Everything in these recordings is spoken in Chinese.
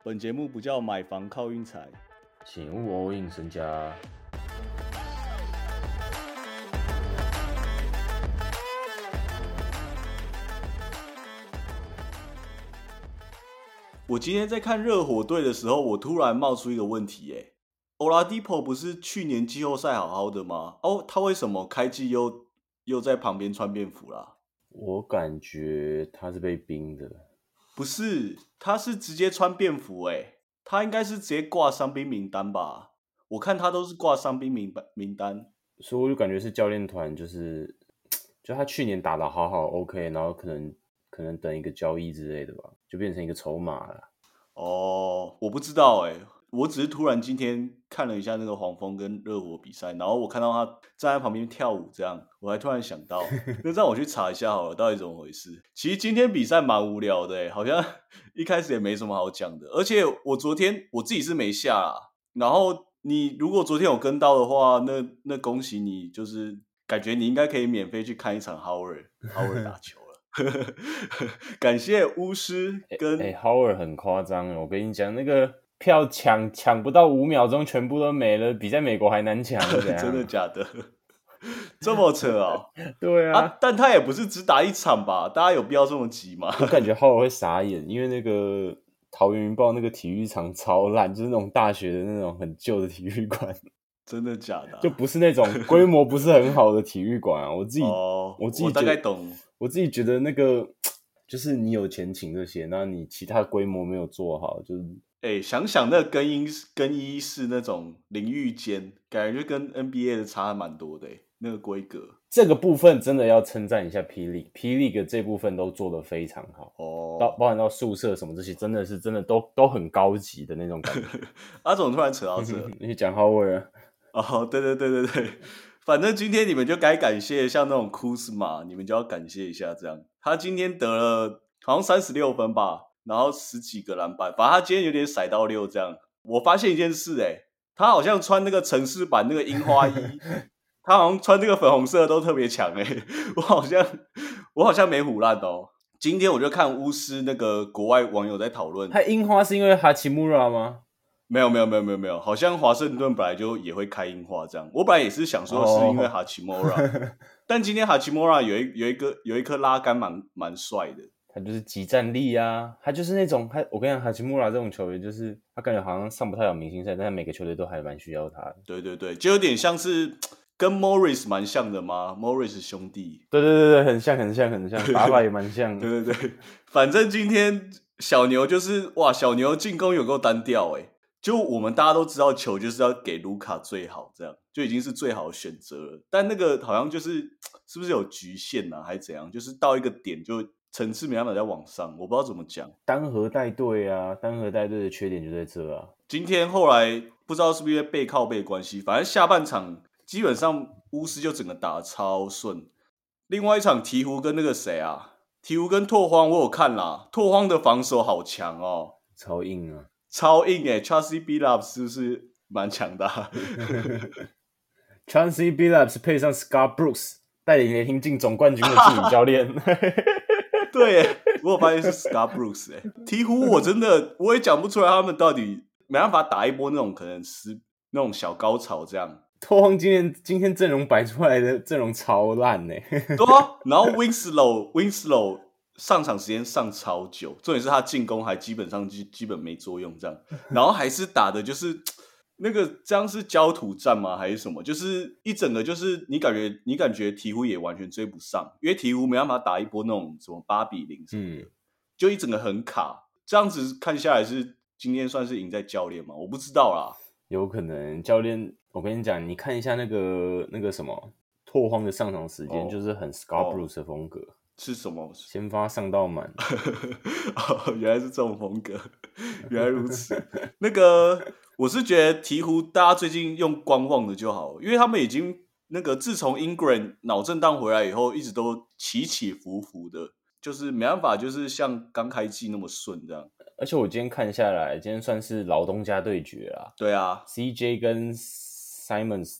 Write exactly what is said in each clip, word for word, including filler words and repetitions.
本节目不叫买房靠运财， 请勿 all in 身家。 我今天在看热火队的时候，我突然冒出一个问题、欸，欧拉迪波不是去年季后赛好好的吗？哦，他为什么开季又又在旁边穿便服啦？ 我感觉他是被冰的。 不是，他是直接穿便服、欸，他应该是直接挂伤兵名单吧？我看他都是挂伤兵名名单， 所以我就感觉是教练团，就是就他去年打得好好 OK， 然后可能可能等一个交易之类的吧，就变成一个筹码了。 哦，我不知道哎、欸，我只是突然今天看了一下那个黄蜂跟热火比赛，然后我看到他站在旁边跳舞，这样我还突然想到，那让我去查一下好了，到底怎么回事？其实今天比赛蛮无聊的哎、欸，好像一开始也没什么好讲的，而且我昨天我自己是没下啦，然后你如果昨天有跟到的话，那那恭喜你，就是感觉你应该可以免费去看一场 Howard Howard 打球。感谢巫师跟哎、欸欸、，Howard 很夸张，我跟你讲，那个票抢抢不到五秒钟，全部都没了，比在美国还难抢， 真的假的？这么扯哦？ 对啊， 啊，但他也不是只打一场吧？大家有必要这么急吗？ 我感觉 Howard 会傻眼，因为那个桃园云豹那个体育场超烂，就是那种大学的那种很旧的体育馆。 真的假的、啊？ 就不是那种规模不是很好的体育馆啊。我自己， 哦、 我自己我大概懂。 我自己觉得那个就是你有钱请这些，那你其他规模没有做好，就是哎、欸，想想那个更衣更衣室那种淋浴间，感觉就跟 N B A 的差蛮多的、欸，那个规格。 这个部分真的要称赞一下霹雳，霹雳的这部分都做得非常好哦，到包含到宿舍什么这些，真的是真的都都很高级的那种感觉。 阿总突然扯到这， 你讲 Howard 哦，对对对对对，反正今天你们就该感谢像那种库斯马，你们就要感谢一下这样。他今天得了好像三十六分吧，然后十几个篮板，反正他今天有点甩到六这样。我发现一件事、欸，哎，他好像穿那个城市版那个樱花衣，他好像穿这个粉红色都特别强哎、欸，我好像我好像没唬烂哦。今天我就看巫师那个国外网友在讨论， 他樱花是因为哈奇穆拉吗？ 没有没有没有没有没有，好像华盛顿本来就也会开樱花这样。我本来也是想说是因为哈奇莫拉， oh. 但今天哈奇莫拉有一有一个有一颗拉杆蛮蛮帅的。 他就是集战力啊，他就是那种他，我跟你讲，哈奇穆拉这种球员，就是他感觉好像上不太了明星赛，但他每个球队都还蛮需要他的。 对对对，就有点像是跟 Morris 蛮像的吗 ？Morris 兄弟。 对对对对，很像很像很像，打法也蛮像。 对对对，反正今天小牛就是哇，小牛进攻有够单调哎。就我们大家都知道，球就是要给卢卡最好，这样就已经是最好的选择了。但那个好像就是是不是有局限啊，还是怎样？就是到一个点就层次没办法再往上，我不知道怎么讲。 单核带队啊，单核带队的缺点就在这啊。 今天后来不知道是不是因为背靠背关系，反正下半场基本上巫师就整个打得超顺。另外一场鹈鹕跟那个谁啊，鹈鹕跟拓荒我有看啦，拓荒的防守好强哦， 超硬啊。 超硬诶 Chauncey Billups 是不是蛮强的、啊、 Chauncey Billups 配上 Scott Brooks 带领雷霆进总冠军的助理教练。 对耶，我有发现是 Scott Brooks 诶，鹈鹕我真的我也讲不出来他们到底没办法打一波那种可能是那种小高潮这样。 拓荒今天今天阵容摆出来的阵容超烂呢。 对啊，然后 Winslow Winslow 上场时间上超久，重点是他进攻还基本上基基本没作用这样，然后还是打的就是那个这样是焦土战吗还是什么？就是一整个就是你感觉你感觉鹈鹕也完全追不上，因为鹈鹕没办法打一波那种什么八比零什么的、嗯，就一整个很卡。这样子看下来是今天算是赢在教练吗？我不知道啦， 有可能教练，我跟你讲，你看一下那个那个什么拓荒的上场时间、哦，就是很 Scott Brooks 的风格。哦， 是什么？ 先发上到满、 哦，原来是这种风格，原来如此。那个我是觉得鹈鹕大家最近用观望的就好，因为他们已经那个自从 Ingram 脑震荡回来以后，一直都起起伏伏的，就是没办法，就是像刚开季那么顺这样。 而且我今天看下来，今天算是老东家对决啦。 对啊 ，C J 跟 Simons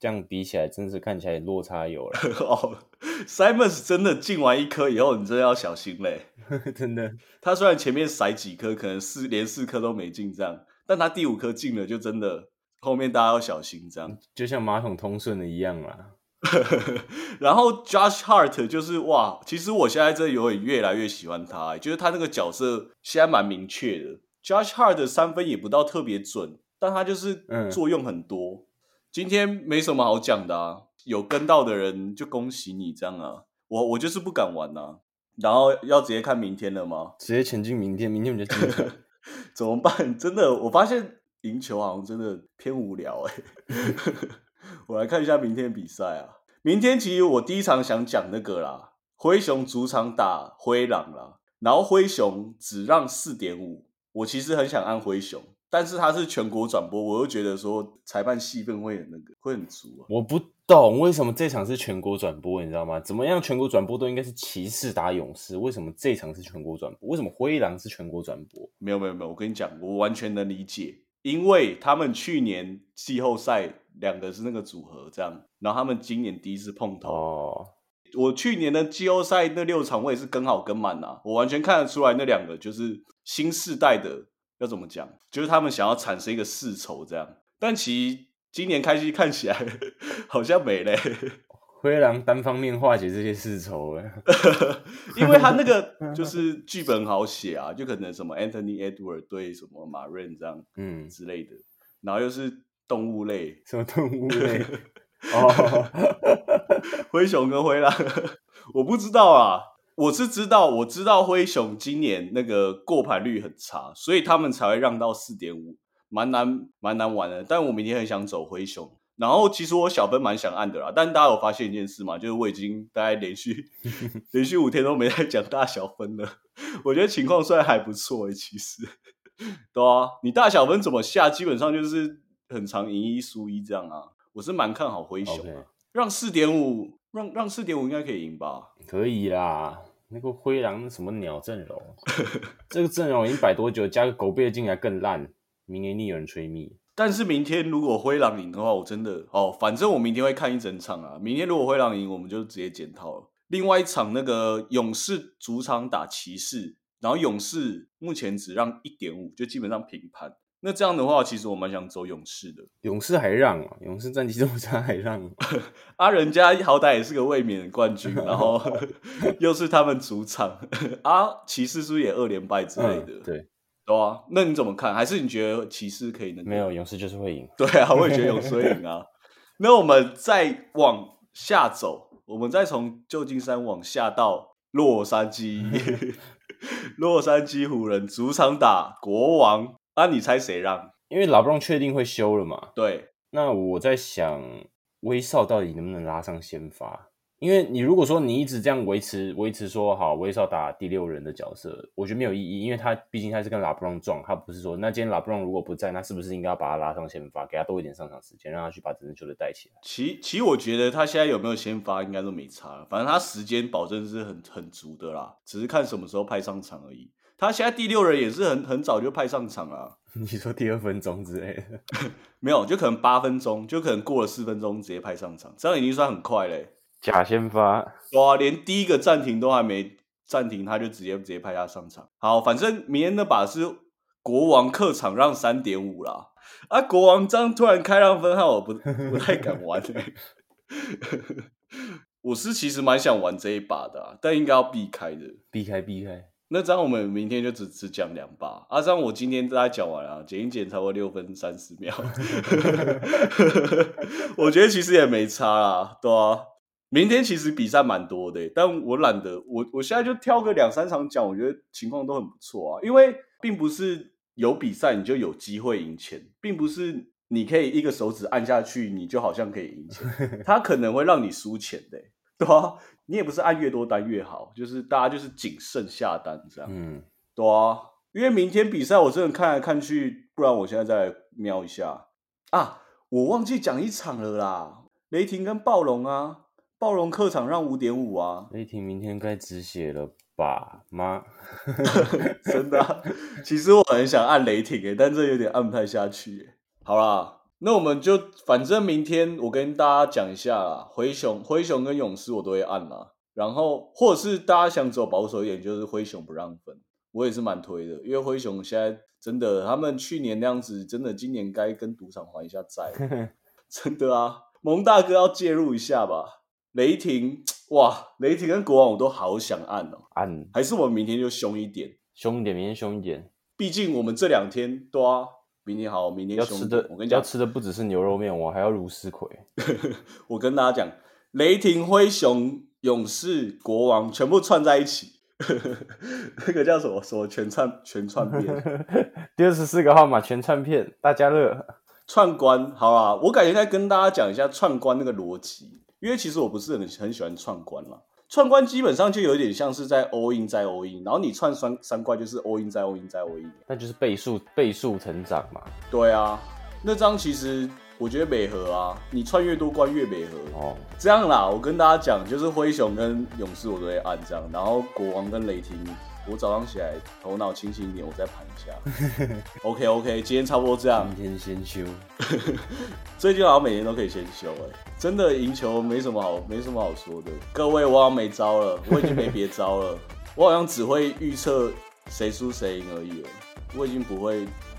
这样比起来，真是看起来落差有了。 哦 ，Simons 真的进完一颗以后，你真的要小心嘞。 真的， 他虽然前面塞几颗，可能四连四颗都没进这样，但他第五颗进了，就真的后面大家要小心这样。 就像马桶通顺的一样啦。 然后 Josh Hart 就是哇，其实我现在真的有点越来越喜欢他、欸，就是他那个角色现在蛮明确的。Josh Hart 的三分也不到特别准，但他就是作用很多。嗯、今天没什么好讲的啊，有跟到的人就恭喜你这样啊。我我就是不敢玩啊。然后要直接看明天了吗？ 直接前进明天，明天我们就精彩。 怎么办？真的，我发现赢球好像真的偏无聊哎、欸。我来看一下明天的比赛啊。明天其实我第一场想讲那个啦，灰熊主场打灰狼啦，然后灰熊只让 四点五， 我其实很想按灰熊，但是它是全国转播，我又觉得说裁判戏份会很那个，会很足啊。 我不懂为什么这场是全国转播，你知道吗？怎么样全国转播都应该是骑士打勇士，为什么这场是全国转播？为什么灰狼是全国转播？ 没有没有没有，我跟你讲，我完全能理解，因为他们去年季后赛两个是那个组合这样，然后他们今年第一次碰头。 哦， 我去年的季后赛那六场我也是跟好跟满啊，我完全看得出来那两个就是新世代的，要怎么讲，就是他们想要产生一个世仇这样，但其实今年开机看起来好像没嘞。 灰狼单方面化解这些世仇了， 因为他那个就是剧本好写啊，就可能什么 Anthony Edwards 对什么 Maren 这样，嗯之类的，然后又是动物类， 什么动物类？哦， 灰熊跟灰狼，我不知道啊，我是知道，我知道灰熊今年那个过盘率很差，所以他们才会让到 四点五， 蛮难蛮难玩的。但我明天很想走灰熊。然后其实我小分蛮想按的啦，但大家有发现一件事吗？就是我已经大概连续连续五天都没在讲大小分了。我觉得情况算还不错诶，其实，对啊，你大小分怎么下，基本上就是很常赢一输一这样啊。我是蛮看好灰熊啊， okay. 让 四点五， 让让 四点五 应该可以赢吧？ 可以啦，那个灰狼什么鸟阵容，这个阵容已经摆多久，加个狗贝进来更烂，明年逆有人吹蜜。 但是明天如果灰狼赢的话，我真的哦，反正我明天会看一整场啊。明天如果灰狼赢，我们就直接检讨了。另外一场那个勇士主场打骑士，然后勇士目前只让 一点五， 就基本上平盘。那这样的话，其实我蛮想走勇士的。 勇士还让啊，勇士战绩这么差还让啊，人家好歹也是个卫冕冠军，然后又是他们主场啊，骑士是不是也二连败之类的？ 嗯、对。 对啊，那你怎么看？还是你觉得骑士可以能？ 没有，勇士就是会赢。 对啊，我也觉得勇士会赢啊。那我们再往下走，我们再从旧金山往下到洛杉矶，洛杉矶湖人主场打国王啊，你猜谁让？ 因为拉布朗确定会休了嘛。 对， 那我在想，威少到底能不能拉上先发？因为你如果说你一直这样维持维持说好威少打第六人的角色，我觉得没有意义，因为他毕竟他是跟拉布朗撞，他不是说那今天拉布朗如果不在，那是不是应该要把他拉上先发，给他多一点上场时间，让他去把整支球队带起来？ 其其实我觉得他现在有没有先发应该都没差，反正他时间保证是很很足的啦，只是看什么时候派上场而已。他现在第六人也是很很早就派上场啊。 你說第二分鐘之類的？ 沒有，就可能八分鐘，就可能過了四分鐘直接派上場，這樣已經算很快嘞。 假先發， 哇，連第一個暫停都還沒暫停，他就直接直接派他上場。好，反正明天那把是國王客場讓 三點五 啦。啊，國王這樣突然開讓分，害我不不太敢玩欸。我是其實蠻想玩這一把的啊，但應該要避開的。 避開避開。 那這樣我們明天就只只講兩把啊，這樣我今天大家講完了，剪一剪差不多六分三十秒。我覺得其實也沒差啦，對啊。明天其實比賽蠻多的，但我懶得，我我現在就挑個兩三場講，我覺得情況都很不錯啊。因為並不是有比賽你就有機會贏錢，並不是你可以一個手指按下去，你就好像可以贏錢，它可能會讓你輸錢的，對啊。你也不是按越多單越好，就是大家就是謹慎下單這樣，嗯，對啊。因為明天比賽我真的看來看去，不然我現在再來瞄一下啊，我忘記講一場了啦，雷霆跟暴龍啊，暴龍客場讓 五點五 啊， 雷霆明天該止血了吧媽真的啊，其實我很想按雷霆耶，但這有點按不太下去耶。好啦， 那我们就反正明天我跟大家讲一下啦，灰熊、灰熊跟勇士我都会按啦，然后或者是大家想走保守一点，就是灰熊不让分，我也是蛮推的，因为灰熊现在真的，他们去年那样子，真的今年该跟赌场还一下债，真的啊，蒙大哥要介入一下吧。雷霆，哇，雷霆跟国王我都好想按哦， 按还是我们明天就凶一点， 凶一点，明天凶一点， 毕竟我们这两天对啊。明天好，明天要吃的， 我跟你讲， 要吃的不只是牛肉面，我还要茹丝葵。 我跟大家讲，雷霆、灰熊、勇士、国王全部串在一起，那个叫什么什么全串全串片， 第二十四个号码全串片，大家乐串关。好啦，我改天再跟大家讲一下串关那个逻辑，因为其实我不是很很喜欢串关啦。串关基本上就有点像是在 all in 再 all in， 然后你串三三关就是 all in 再 all in 再 all in， 那就是倍数倍数成长嘛。 对啊，那张其实我觉得美合啊，你串越多关越美合哦。这样啦，我跟大家讲，就是灰熊跟勇士我都会按这样，然后国王跟雷霆，我早上起来头脑清醒一点，我再盘一下。OK OK， 今天差不多这样。 今天先休。 最近好像每天都可以先休哎、欸，真的赢球没什么好没什么好说的。各位，我好像没招了，我已经没别招了，我好像只会预测谁输谁赢而已了，我已经不会